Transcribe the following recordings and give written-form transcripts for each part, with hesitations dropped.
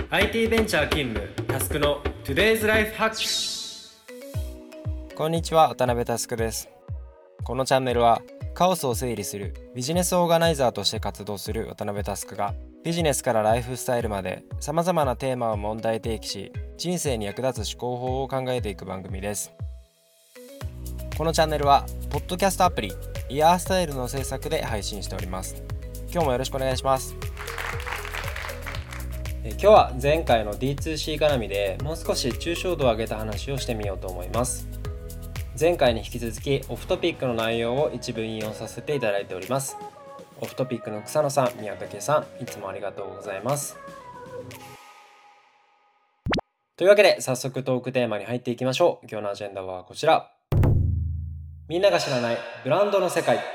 IT ベンチャー勤務タスクの Today's Life Hack。 こんにちは、渡辺タスクです。このチャンネルはカオスを整理するビジネスオーガナイザーとして活動する渡辺タスクがビジネスからライフスタイルまで様々なテーマを問題提起し、人生に役立つ思考法を考えていく番組です。このチャンネルはポッドキャストアプリイヤースタイルの制作で配信しております。今日もよろしくお願いします。今日は前回の D2C 絡みでもう少し抽象度を上げた話をしてみようと思います。前回に引き続きオフトピックの内容を一部引用させていただいております。オフトピックの草野さん、宮武さん、いつもありがとうございます。というわけで早速トークテーマに入っていきましょう。今日のアジェンダはこちら。みんなが知らないブランドの世界。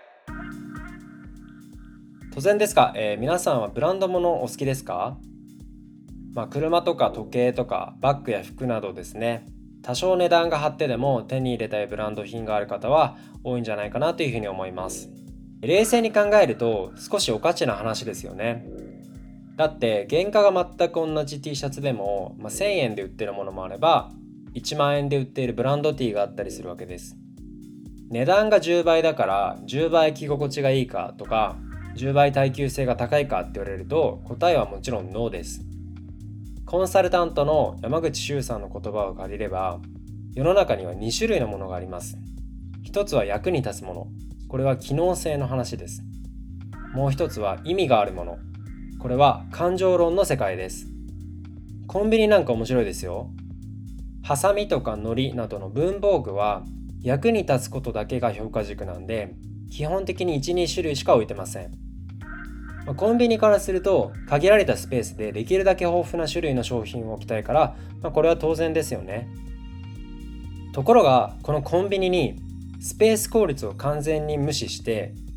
当然ですが、皆さんはブランド物お好きですか？車とか時計とかバッグや服などですね、多少値段が張ってでも手に入れたいブランド品がある方は多いんじゃないかなというふうに思います。冷静に考えると少しおかしな話ですよね。だって原価が全く同じ T シャツでも、1000円で売ってるものもあれば1万円で売っているブランド T があったりするわけです。値段が10倍だから10倍着心地がいいかとか10倍耐久性が高いかって言われると答えはもちろんノーです。コンサルタントの山口周さんの言葉を借りれば、世の中には2種類のものがあります。一つは役に立つもの、これは機能性の話です。もう一つは意味があるもの、これは感情論の世界です。コンビニなんか面白いですよ。ハサミとか海苔などの文房具は役に立つことだけが評価軸なんで、基本的に 1,2 種類しか置いてません。コンビニからすると限られたスペースでできるだけ豊富な種類の商品を置きたいから、これは当然ですよね。ところがこのコンビニにスペース効率を完全に無視して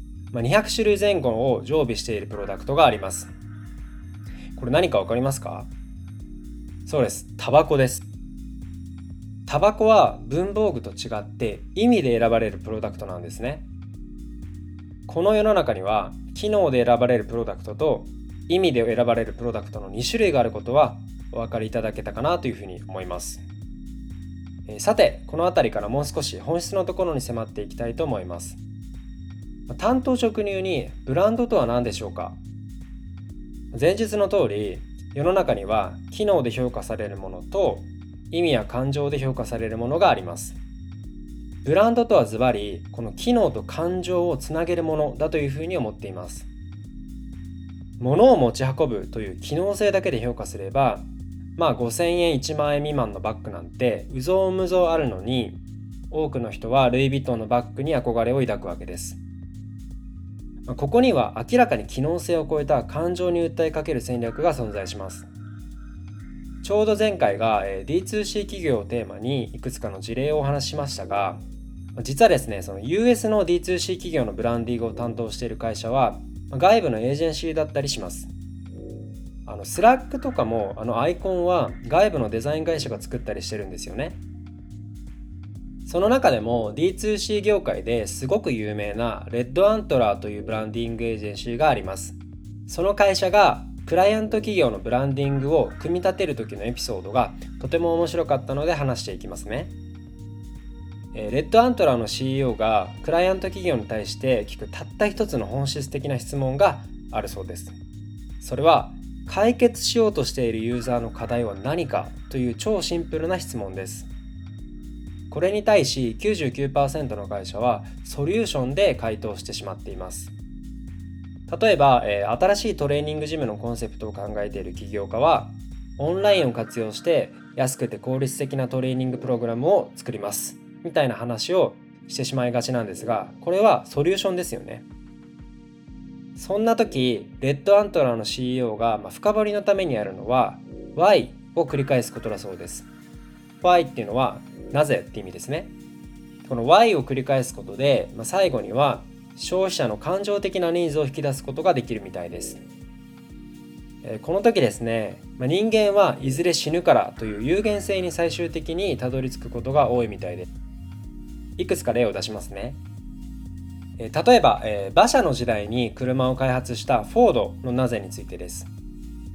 、200種類前後を常備しているプロダクトがあります。これ何かわかりますか？そうです、タバコです。タバコは文房具と違って意味で選ばれるプロダクトなんですね。この世の中には機能で選ばれるプロダクトと意味で選ばれるプロダクトの2種類があることはお分かりいただけたかなというふうに思います。さて、このあたりからもう少し本質のところに迫っていきたいと思います。単刀直入にブランドとは何でしょうか？前述の通り、世の中には機能で評価されるものと意味や感情で評価されるものがあります。ブランドとはズバリこの機能と感情をつなげるものだというふうに思っています。物を持ち運ぶという機能性だけで評価すれば、5000円1万円未満のバッグなんてうぞうむぞうあるのに、多くの人はルイ・ヴィトンのバッグに憧れを抱くわけです。ここには明らかに機能性を超えた感情に訴えかける戦略が存在します。ちょうど前回が D2C 企業をテーマにいくつかの事例をお話ししましたが、実はですね、その US の D2C 企業のブランディングを担当している会社は外部のエージェンシーだったりします。スラックとかもアイコンは外部のデザイン会社が作ったりしてるんですよね。その中でも D2C 業界ですごく有名なレッドアントラーというブランディングエージェンシーがあります。その会社がクライアント企業のブランディングを組み立てる時のエピソードがとても面白かったので話していきますね。レッドアントラーの CEO がクライアント企業に対して聞くたった一つの本質的な質問があるそうです。それは解決しようとしているユーザーの課題は何かという超シンプルな質問です。これに対し 99% の会社はソリューションで回答してしまっています。例えば、新しいトレーニングジムのコンセプトを考えている起業家はオンラインを活用して安くて効率的なトレーニングプログラムを作りますみたいな話をしてしまいがちなんですが、これはソリューションですよね。そんな時レッドアントラーの CEO が深掘りのためにやるのは Why を繰り返すことだそうです。 Why っていうのはなぜって意味ですね。この Why を繰り返すことで、最後には消費者の感情的なニーズを引き出すことができるみたいです。この時ですね、人間はいずれ死ぬからという有限性に最終的にたどり着くことが多いみたいです。いくつか例を出しますね。例えば、馬車の時代に車を開発したフォードのなぜについてです。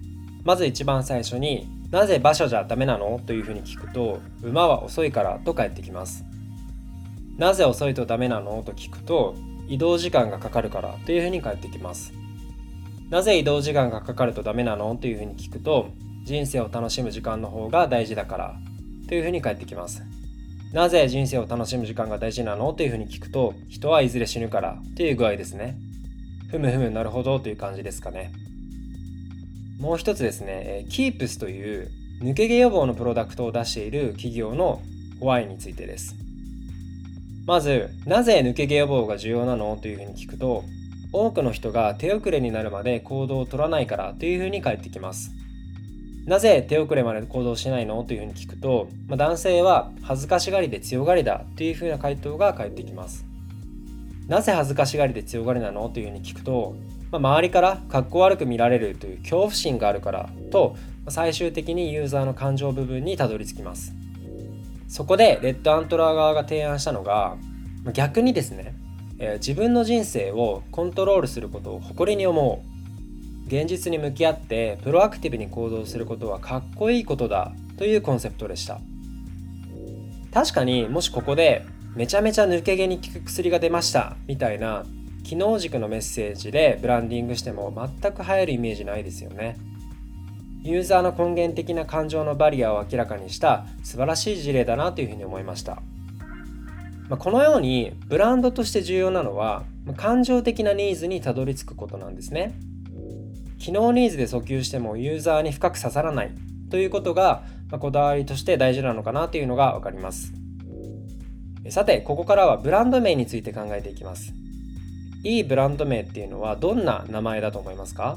まず一番最初になぜ馬車じゃダメなのというふうに聞くと、馬は遅いからと返ってきます。なぜ遅いとダメなのと聞くと、移動時間がかかるからというふうに返ってきます。なぜ移動時間がかかるとダメなのというふうに聞くと、人生を楽しむ時間の方が大事だからというふうに返ってきます。なぜ人生を楽しむ時間が大事なのというふうに聞くと、人はいずれ死ぬからという具合ですね。ふむふむなるほどという感じですかね。もう一つですね、Keeps という抜け毛予防のプロダクトを出している企業の Why についてです。まず、なぜ抜け毛予防が重要なのというふうに聞くと、多くの人が手遅れになるまで行動を取らないからというふうに返ってきます。なぜ手遅れまで行動しないのというふうに聞くと、男性は恥ずかしがりで強がりだというふうな回答が返ってきます。なぜ恥ずかしがりで強がりなのというふうに聞くと、周りからかっこ悪く見られるという恐怖心があるからと、最終的にユーザーの感情部分にたどり着きます。そこでレッドアントラー側が提案したのが、逆にですね、自分の人生をコントロールすることを誇りに思う、現実に向き合ってプロアクティブに行動することはかっこいいことだというコンセプトでした。確かに、もしここでめちゃめちゃ抜け毛に効く薬が出ましたみたいな機能軸のメッセージでブランディングしても全く流行るイメージないですよね。ユーザーの根源的な感情のバリアを明らかにした素晴らしい事例だなというふうに思いました。このようにブランドとして重要なのは感情的なニーズにたどり着くことなんですね。機能ニーズで訴求してもユーザーに深く刺さらないということがこだわりとして大事なのかなというのがわかります。さて、ここからはブランド名について考えていきます。いいブランド名っていうのはどんな名前だと思いますか？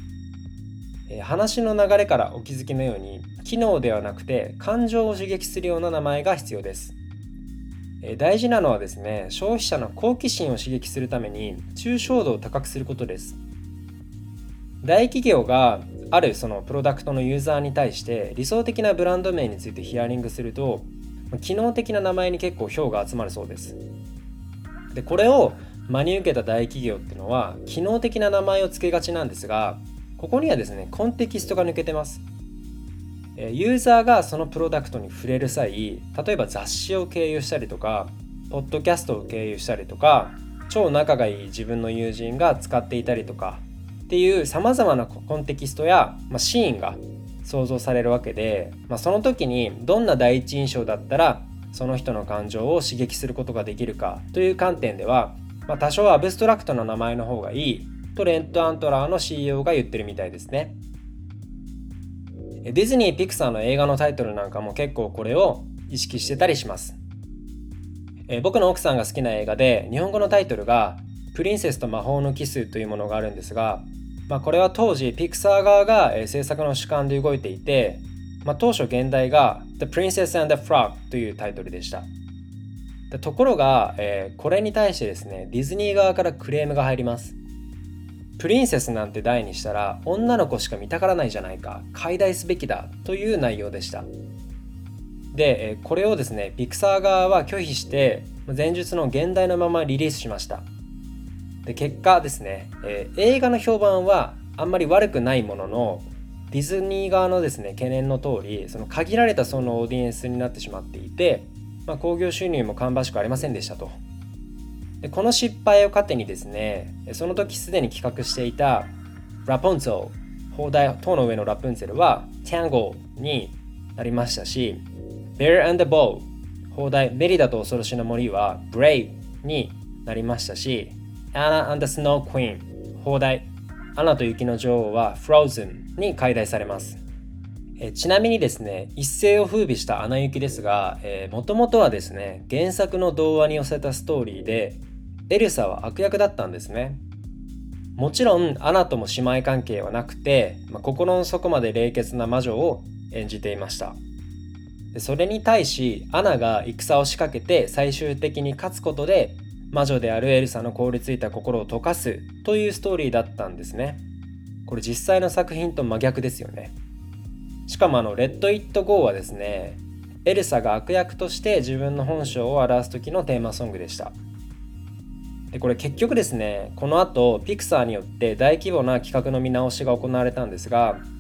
話の流れからお気づきのように、機能ではなくて感情を刺激するような名前が必要です。大事なのはですね、消費者の好奇心を刺激するために抽象度を高くすることです。大企業があるそのプロダクトのユーザーに対して理想的なブランド名についてヒアリングすると、機能的な名前に結構票が集まるそうです。で、これを真に受けた大企業っていうのは機能的な名前を付けがちなんですが、ここにはですね、コンテキストが抜けてます。ユーザーがそのプロダクトに触れる際、例えば雑誌を経由したりとか、ポッドキャストを経由したりとか、超仲がいい自分の友人が使っていたりとかっていう様々なコンテキストや、シーンが想像されるわけで、その時にどんな第一印象だったらその人の感情を刺激することができるかという観点では、多少アブストラクトな名前の方がいいとレッドアントラーの CEO が言ってるみたいですね。ディズニー・ピクサーの映画のタイトルなんかも結構これを意識してたりします。僕の奥さんが好きな映画で日本語のタイトルがプリンセスと魔法のキスというものがあるんですが、これは当時ピクサー側が制作の主観で動いていて、当初現代が The Princess and the Frog というタイトルでした。ところが、これに対してですね、ディズニー側からクレームが入ります。プリンセスなんて題にしたら女の子しか見たからないじゃないか、解題すべきだという内容でした。で、これをですね、ピクサー側は拒否して前述の現代のままリリースしました。で、結果ですね、映画の評判はあんまり悪くないものの、ディズニー側のですね懸念の通り、その限られたそのオーディエンスになってしまっていて、興行収入も芳しくありませんでしたと。で、この失敗を糧にですね、その時すでに企画していたラプンツェル、邦題塔の上のラプンツェルはタンゴになりましたし、Bear and the Bow、邦題メリダと恐ろしの森は Brave になりましたし、Anna and the Snow Queen、邦題アナと雪の女王は Frozen に改題されます。ちなみにですね、一世を風靡したアナ雪ですが、もともとはですね、原作の童話に寄せたストーリーでエルサは悪役だったんですね。もちろんアナとも姉妹関係はなくて、心の底まで冷血な魔女を演じていました。で、それに対しアナが戦を仕掛けて最終的に勝つことで魔女であるエルサの凍りついた心を溶かすというストーリーだったんですね。これ実際の作品と真逆ですよね。しかもレッド・イット・ゴーはですね、エルサが悪役として自分の本性を表す時のテーマソングでした。で、これ結局ですね、この後ピクサーによって大規模な企画の見直しが行われたんですが、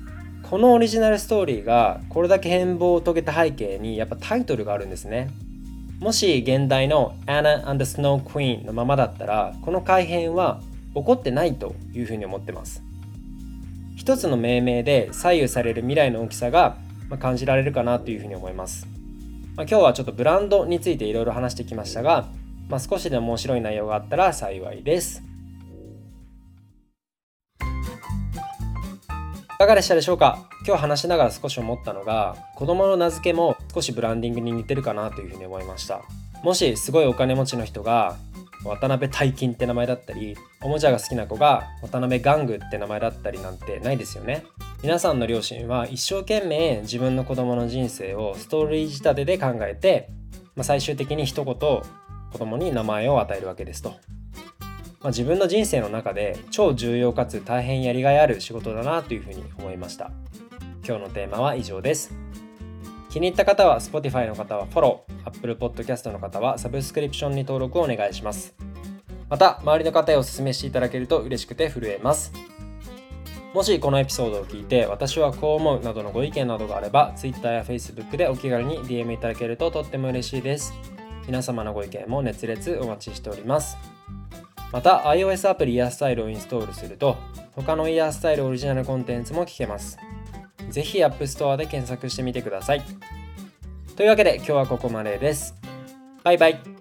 このオリジナルストーリーがこれだけ変貌を遂げた背景にやっぱタイトルがあるんですね。もし現代の Anna and the Snow Queen のままだったら、この改変は起こってないというふうに思ってます。一つの命名で左右される未来の大きさが感じられるかなというふうに思います。今日はちょっとブランドについていろいろ話してきましたが、少しでも面白い内容があったら幸いです。いかがでしたでしょうか。今日話しながら少し思ったのが、子供の名付けも少しブランディングに似てるかなというふうに思いました。もしすごいお金持ちの人が渡辺大金って名前だったり、おもちゃが好きな子が渡辺玩具って名前だったりなんてないですよね。皆さんの両親は一生懸命自分の子供の人生をストーリー仕立てで考えて、最終的に一言子供に名前を与えるわけですと。自分の人生の中で超重要かつ大変やりがいある仕事だなというふうに思いました。今日のテーマは以上です。気に入った方は Spotify の方はフォロー、Apple Podcast の方はサブスクリプションに登録をお願いします。また周りの方へお勧めしていただけると嬉しくて震えます。もしこのエピソードを聞いて私はこう思うなどのご意見などがあれば Twitter や Facebook でお気軽に DM いただけるととっても嬉しいです。皆様のご意見も熱烈お待ちしております。また iOS アプリイヤースタイルをインストールすると他のイヤースタイルオリジナルコンテンツも聞けます。ぜひ App Store で検索してみてください。というわけで今日はここまでです。バイバイ。